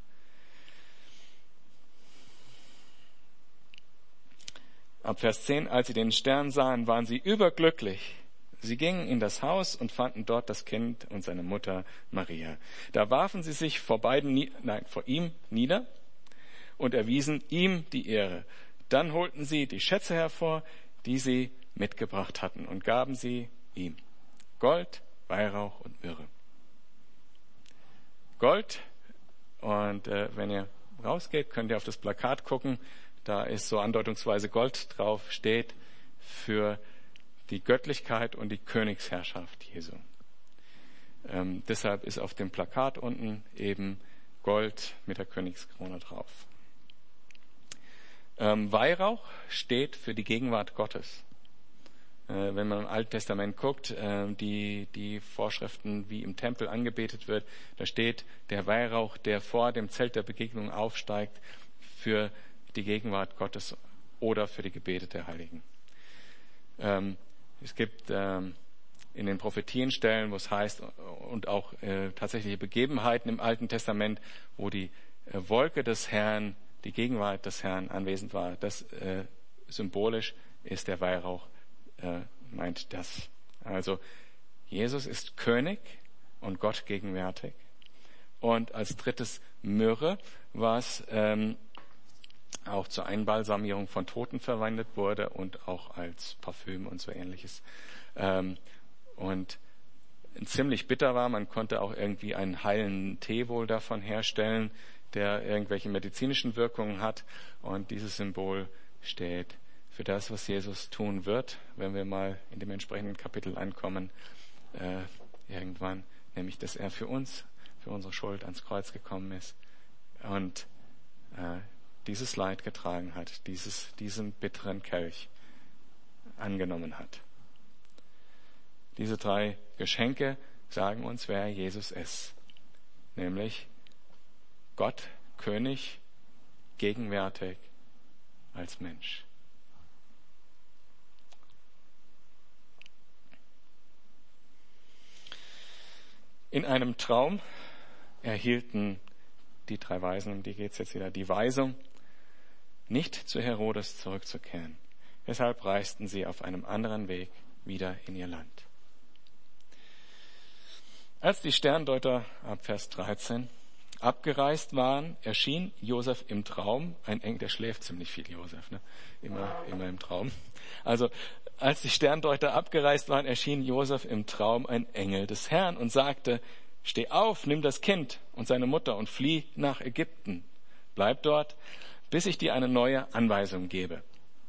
Ab Vers zehn, als sie den Stern sahen, waren sie überglücklich. Sie gingen in das Haus und fanden dort das Kind und seine Mutter Maria. Da warfen sie sich vor beiden, nein, vor ihm nieder und erwiesen ihm die Ehre. Dann holten sie die Schätze hervor, die sie mitgebracht hatten, und gaben sie ihm: Gold, Weihrauch und Myrrhe. Gold, und äh, wenn ihr rausgeht, könnt ihr auf das Plakat gucken. Da ist so andeutungsweise Gold drauf, steht für die Göttlichkeit und die Königsherrschaft Jesu. Ähm, deshalb ist auf dem Plakat unten eben Gold mit der Königskrone drauf. Ähm, Weihrauch steht für die Gegenwart Gottes. Äh, wenn man im Alten Testament guckt, äh, die, die Vorschriften, wie im Tempel angebetet wird, da steht der Weihrauch, der vor dem Zelt der Begegnung aufsteigt, für die Gegenwart Gottes oder für die Gebete der Heiligen. Ähm, Es gibt ähm, in den Prophetien-Stellen, wo es heißt, und auch äh, tatsächliche Begebenheiten im Alten Testament, wo die äh, Wolke des Herrn, die Gegenwart des Herrn anwesend war. Das äh, symbolisch ist der Weihrauch, äh, meint das. Also Jesus ist König und Gott gegenwärtig. Und als drittes Myrrhe, was ähm, auch zur Einbalsamierung von Toten verwendet wurde und auch als Parfüm und so Ähnliches. Ähm, und ziemlich bitter war, man konnte auch irgendwie einen heilenden Tee wohl davon herstellen, der irgendwelche medizinischen Wirkungen hat. Und dieses Symbol steht für das, was Jesus tun wird, wenn wir mal in dem entsprechenden Kapitel ankommen, äh, irgendwann, nämlich, dass er für uns, für unsere Schuld ans Kreuz gekommen ist und äh, dieses Leid getragen hat, dieses, diesen bitteren Kelch angenommen hat. Diese drei Geschenke sagen uns, wer Jesus ist. Nämlich Gott, König, gegenwärtig als Mensch. In einem Traum erhielten die drei Weisen, um die geht es jetzt wieder, die Weisung, nicht zu Herodes zurückzukehren. Deshalb reisten sie auf einem anderen Weg wieder in ihr Land. Als die Sterndeuter ab Vers dreizehn abgereist waren, erschien Josef im Traum, ein Engel, der schläft ziemlich viel, Josef, ne? immer, immer im Traum. Also, als die Sterndeuter abgereist waren, erschien Josef im Traum ein Engel des Herrn und sagte: Steh auf, nimm das Kind und seine Mutter und flieh nach Ägypten. Bleib dort, bis ich dir eine neue Anweisung gebe.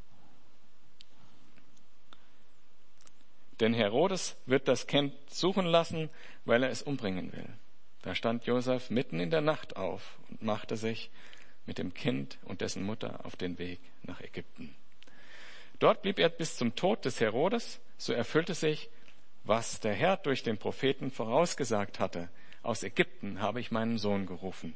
Denn Herodes wird das Kind suchen lassen, weil er es umbringen will. Da stand Josef mitten in der Nacht auf und machte sich mit dem Kind und dessen Mutter auf den Weg nach Ägypten. Dort blieb er bis zum Tod des Herodes, so erfüllte sich, was der Herr durch den Propheten vorausgesagt hatte. Aus Ägypten habe ich meinen Sohn gerufen.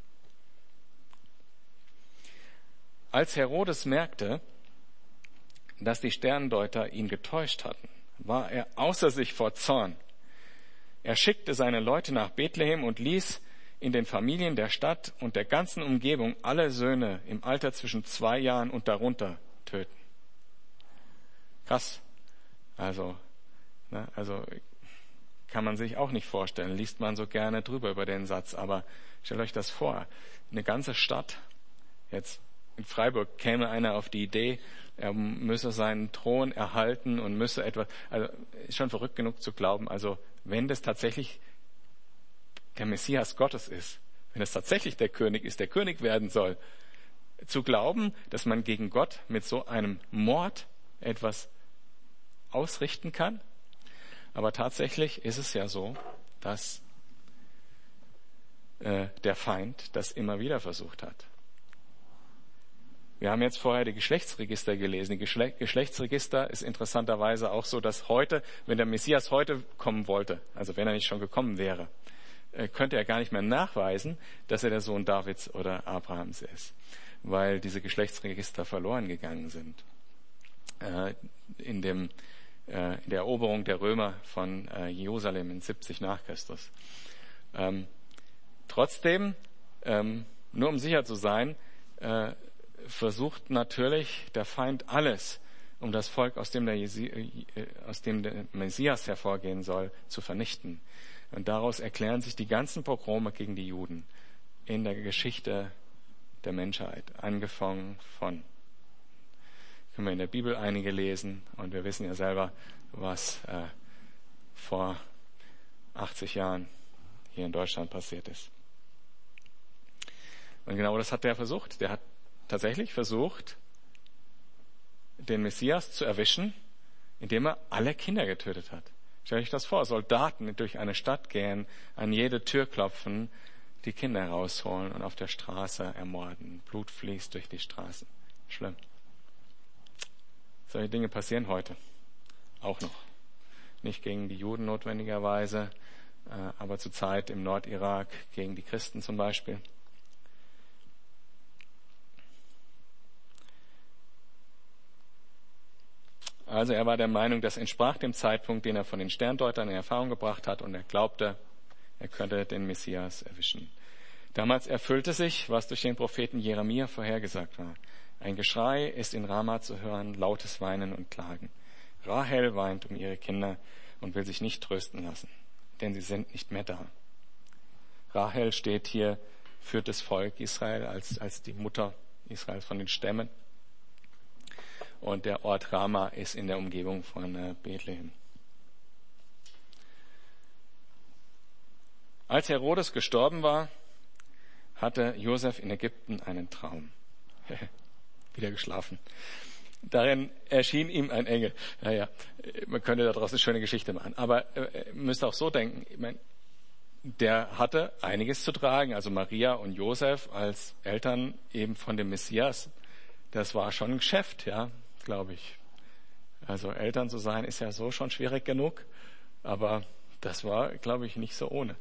Als Herodes merkte, dass die Sterndeuter ihn getäuscht hatten, war er außer sich vor Zorn. Er schickte seine Leute nach Bethlehem und ließ in den Familien der Stadt und der ganzen Umgebung alle Söhne im Alter zwischen zwei Jahren und darunter töten. Krass. Also, ne, also kann man sich auch nicht vorstellen. Liest man so gerne drüber über den Satz. Aber stellt euch das vor. Eine ganze Stadt, jetzt in Freiburg käme einer auf die Idee, er müsse seinen Thron erhalten und müsse etwas, also ist schon verrückt genug zu glauben, also wenn das tatsächlich der Messias Gottes ist, wenn das tatsächlich der König ist, der König werden soll, zu glauben, dass man gegen Gott mit so einem Mord etwas ausrichten kann. Aber tatsächlich ist es ja so, dass äh, der Feind das immer wieder versucht hat. Wir haben jetzt vorher die Geschlechtsregister gelesen. Die Geschle- Geschlechtsregister ist interessanterweise auch so, dass heute, wenn der Messias heute kommen wollte, also wenn er nicht schon gekommen wäre, äh, könnte er gar nicht mehr nachweisen, dass er der Sohn Davids oder Abrahams ist, weil diese Geschlechtsregister verloren gegangen sind. Äh, in, dem, äh, in der Eroberung der Römer von äh, Jerusalem in siebzig nach Christus. Ähm, trotzdem, ähm, nur um sicher zu sein, äh, versucht natürlich der Feind alles, um das Volk, aus dem, der Jesi- aus dem der Messias hervorgehen soll, zu vernichten. Und daraus erklären sich die ganzen Pogrome gegen die Juden in der Geschichte der Menschheit, angefangen von, können wir in der Bibel einige lesen, und wir wissen ja selber, was äh, vor achtzig Jahren hier in Deutschland passiert ist. Und genau das hat der versucht. Der hat tatsächlich versucht, den Messias zu erwischen, indem er alle Kinder getötet hat. Stellt euch das vor, Soldaten durch eine Stadt gehen, an jede Tür klopfen, die Kinder herausholen und auf der Straße ermorden. Blut fließt durch die Straßen. Schlimm. Solche Dinge passieren heute auch noch. Nicht gegen die Juden notwendigerweise, aber zurzeit im Nordirak gegen die Christen zum Beispiel. Also er war der Meinung, das entsprach dem Zeitpunkt, den er von den Sterndeutern in Erfahrung gebracht hat, und er glaubte, er könnte den Messias erwischen. Damals erfüllte sich, was durch den Propheten Jeremia vorhergesagt war. Ein Geschrei ist in Rama zu hören, lautes Weinen und Klagen. Rahel weint um ihre Kinder und will sich nicht trösten lassen, denn sie sind nicht mehr da. Rahel steht hier für das Volk Israel als, als die Mutter Israels von den Stämmen. Und der Ort Rama ist in der Umgebung von äh, Bethlehem. Als Herodes gestorben war, hatte Josef in Ägypten einen Traum. Wieder geschlafen. Darin erschien ihm ein Engel. Naja, man könnte daraus eine schöne Geschichte machen. Aber äh, ihr müsst auch so denken, ich meine, der hatte einiges zu tragen. Also Maria und Josef als Eltern eben von dem Messias. Das war schon ein Geschäft, ja, glaube ich. Also Eltern zu sein ist ja so schon schwierig genug. Aber das war, glaube ich, nicht so ohne.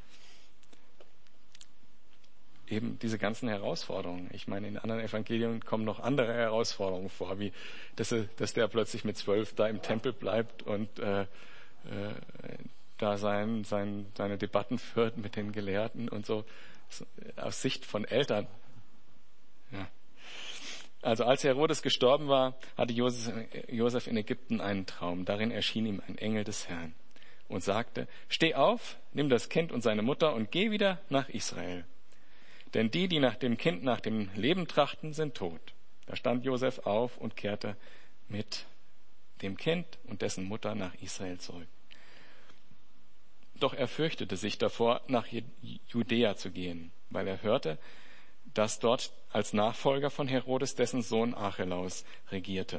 Eben diese ganzen Herausforderungen. Ich meine, in anderen Evangelien kommen noch andere Herausforderungen vor, wie dass, er, dass der plötzlich mit zwölf da im Tempel bleibt und äh, äh, da sein, sein, seine Debatten führt mit den Gelehrten und so, aus Sicht von Eltern. Ja. Also als Herodes gestorben war, hatte Josef in Ägypten einen Traum. Darin erschien ihm ein Engel des Herrn und sagte, steh auf, nimm das Kind und seine Mutter und geh wieder nach Israel. Denn die, die nach dem Kind, nach dem Leben trachten, sind tot. Da stand Josef auf und kehrte mit dem Kind und dessen Mutter nach Israel zurück. Doch er fürchtete sich davor, nach Judäa zu gehen, weil er hörte, dass dort als Nachfolger von Herodes dessen Sohn Archelaus regierte.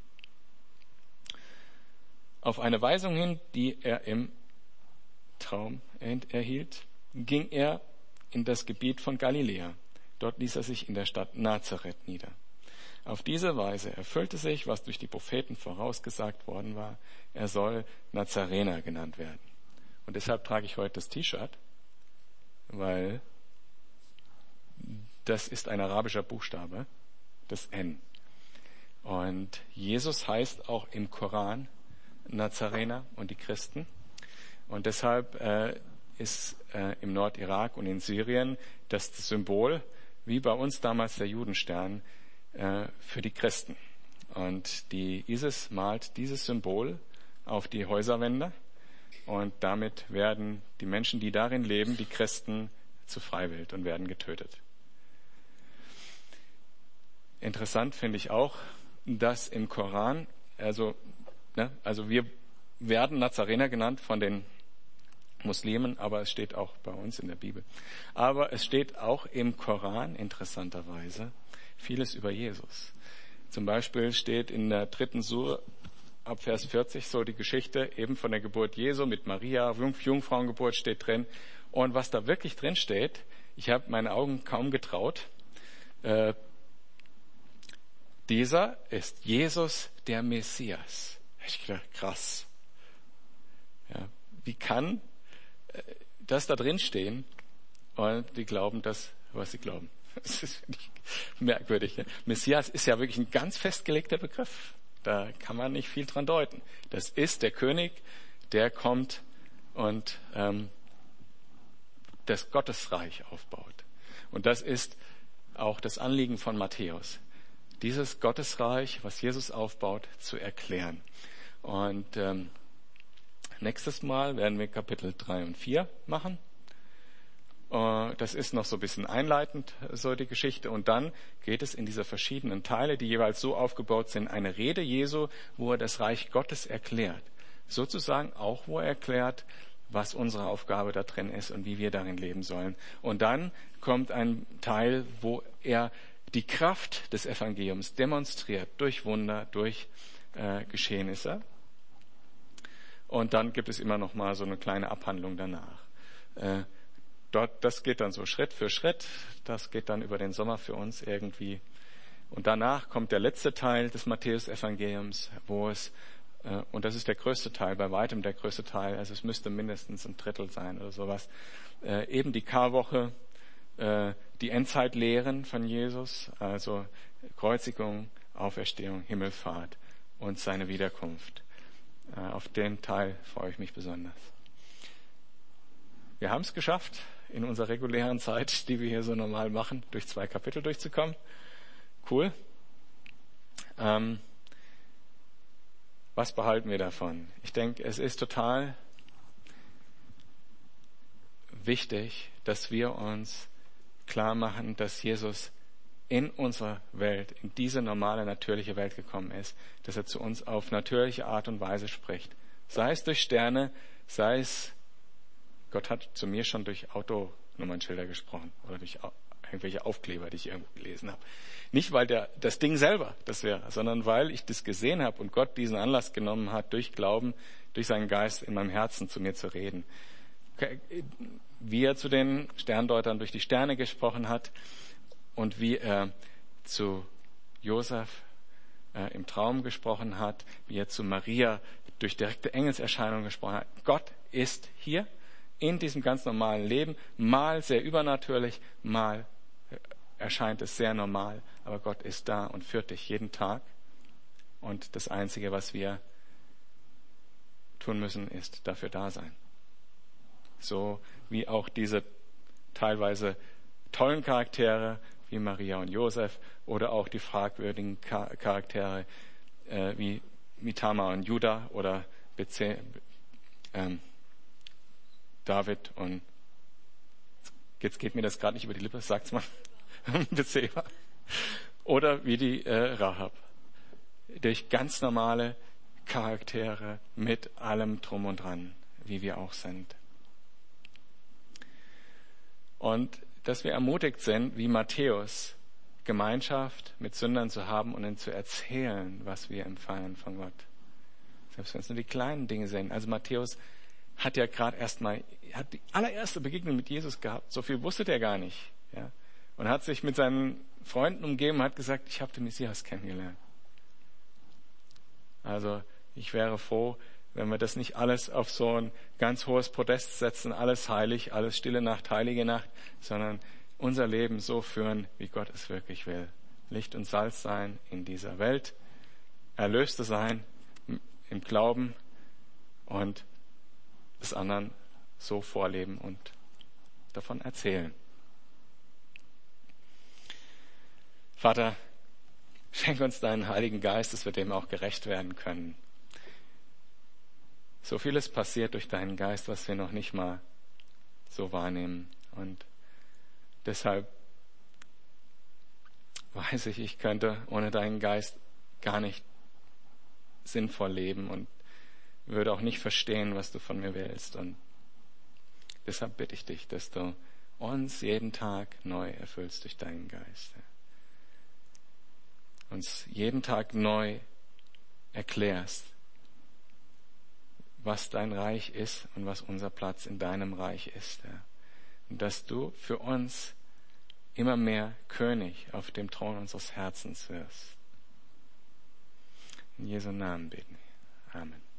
Auf eine Weisung hin, die er im Traum erhielt, ging er in das Gebiet von Galiläa. Dort ließ er sich in der Stadt Nazareth nieder. Auf diese Weise erfüllte sich, was durch die Propheten vorausgesagt worden war. Er soll Nazarener genannt werden. Und deshalb trage ich heute das T-Shirt, weil das ist ein arabischer Buchstabe, das N. Und Jesus heißt auch im Koran Nazarener und die Christen. Und deshalb äh, ist äh, im Nordirak und in Syrien das Symbol, wie bei uns damals der Judenstern, äh, für die Christen. Und die ISIS malt dieses Symbol auf die Häuserwände und damit werden die Menschen, die darin leben, die Christen, zu Freiwild und werden getötet. Interessant finde ich auch, dass im Koran, also, ne, also wir werden Nazarener genannt von den Muslimen, aber es steht auch bei uns in der Bibel. Aber es steht auch im Koran, interessanterweise, vieles über Jesus. Zum Beispiel steht in der dritten Sure ab Vers vierzig so die Geschichte eben von der Geburt Jesu mit Maria, Jungfrauengeburt steht drin. Und was da wirklich drin steht, ich habe meine Augen kaum getraut, äh, dieser ist Jesus der Messias. Ich gedacht, krass. Ja, wie kann das da drin stehen und die glauben das, was sie glauben. Das ist wirklich merkwürdig. Ne? Messias ist ja wirklich ein ganz festgelegter Begriff. Da kann man nicht viel dran deuten. Das ist der König, der kommt und ähm, das Gottesreich aufbaut. Und das ist auch das Anliegen von Matthäus, dieses Gottesreich, was Jesus aufbaut, zu erklären. Und ähm, nächstes Mal werden wir Kapitel drei und vier machen. Äh, das ist noch so ein bisschen einleitend, so die Geschichte. Und dann geht es in diese verschiedenen Teile, die jeweils so aufgebaut sind, eine Rede Jesu, wo er das Reich Gottes erklärt. Sozusagen auch, wo er erklärt, was unsere Aufgabe da drin ist und wie wir darin leben sollen. Und dann kommt ein Teil, wo er die Kraft des Evangeliums demonstriert durch Wunder, durch äh, Geschehnisse. Und dann gibt es immer noch mal so eine kleine Abhandlung danach. Äh, dort, das geht dann so Schritt für Schritt. Das geht dann über den Sommer für uns irgendwie. Und danach kommt der letzte Teil des Matthäus-Evangeliums, wo es und das ist der größte Teil, bei weitem der größte Teil, also es müsste mindestens ein Drittel sein oder sowas, äh, eben die Karwoche, äh, die Endzeitlehren von Jesus, also Kreuzigung, Auferstehung, Himmelfahrt und seine Wiederkunft. Äh, auf den Teil freue ich mich besonders. Wir haben es geschafft, in unserer regulären Zeit, die wir hier so normal machen, durch zwei Kapitel durchzukommen. Cool. Ähm, Was behalten wir davon? Ich denke, es ist total wichtig, dass wir uns klar machen, dass Jesus in unsere Welt, in diese normale, natürliche Welt gekommen ist, dass er zu uns auf natürliche Art und Weise spricht. Sei es durch Sterne, sei es, Gott hat zu mir schon durch Autonummernschilder gesprochen oder durch irgendwelche Aufkleber, die ich irgendwo gelesen habe. Nicht, weil der, das Ding selber das wäre, sondern weil ich das gesehen habe und Gott diesen Anlass genommen hat, durch Glauben, durch seinen Geist in meinem Herzen zu mir zu reden. Wie er zu den Sterndeutern durch die Sterne gesprochen hat und wie er zu Josef äh, im Traum gesprochen hat, wie er zu Maria durch direkte Engelserscheinungen gesprochen hat. Gott ist hier in diesem ganz normalen Leben, mal sehr übernatürlich, mal erscheint es sehr normal, aber Gott ist da und führt dich jeden Tag. Und das Einzige, was wir tun müssen, ist dafür da sein. So wie auch diese teilweise tollen Charaktere wie Maria und Josef oder auch die fragwürdigen Charaktere äh, wie, wie Tamar und Judah oder Beze, ähm, David und jetzt geht mir das gerade nicht über die Lippe, sagt's mal. Bezeba. Oder wie die äh, Rahab. Durch ganz normale Charaktere mit allem drum und dran, wie wir auch sind. Und dass wir ermutigt sind, wie Matthäus, Gemeinschaft mit Sündern zu haben und ihnen zu erzählen, was wir empfangen von Gott. Selbst wenn es nur die kleinen Dinge sind. Also Matthäus hat ja gerade erstmal, hat die allererste Begegnung mit Jesus gehabt. So viel wusste der gar nicht. Ja. Und hat sich mit seinen Freunden umgeben und hat gesagt, ich habe den Messias kennengelernt. Also ich wäre froh, wenn wir das nicht alles auf so ein ganz hohes Podest setzen, alles heilig, alles stille Nacht, heilige Nacht, sondern unser Leben so führen, wie Gott es wirklich will. Licht und Salz sein in dieser Welt, Erlöste sein im Glauben und des anderen so vorleben und davon erzählen. Vater, schenk uns deinen Heiligen Geist, dass wir dem auch gerecht werden können. So vieles passiert durch deinen Geist, was wir noch nicht mal so wahrnehmen. Und deshalb weiß ich, ich könnte ohne deinen Geist gar nicht sinnvoll leben und würde auch nicht verstehen, was du von mir willst. Und deshalb bitte ich dich, dass du uns jeden Tag neu erfüllst durch deinen Geist. Uns jeden Tag neu erklärst, was dein Reich ist und was unser Platz in deinem Reich ist. Und dass du für uns immer mehr König auf dem Thron unseres Herzens wirst. In Jesu Namen beten wir. Amen.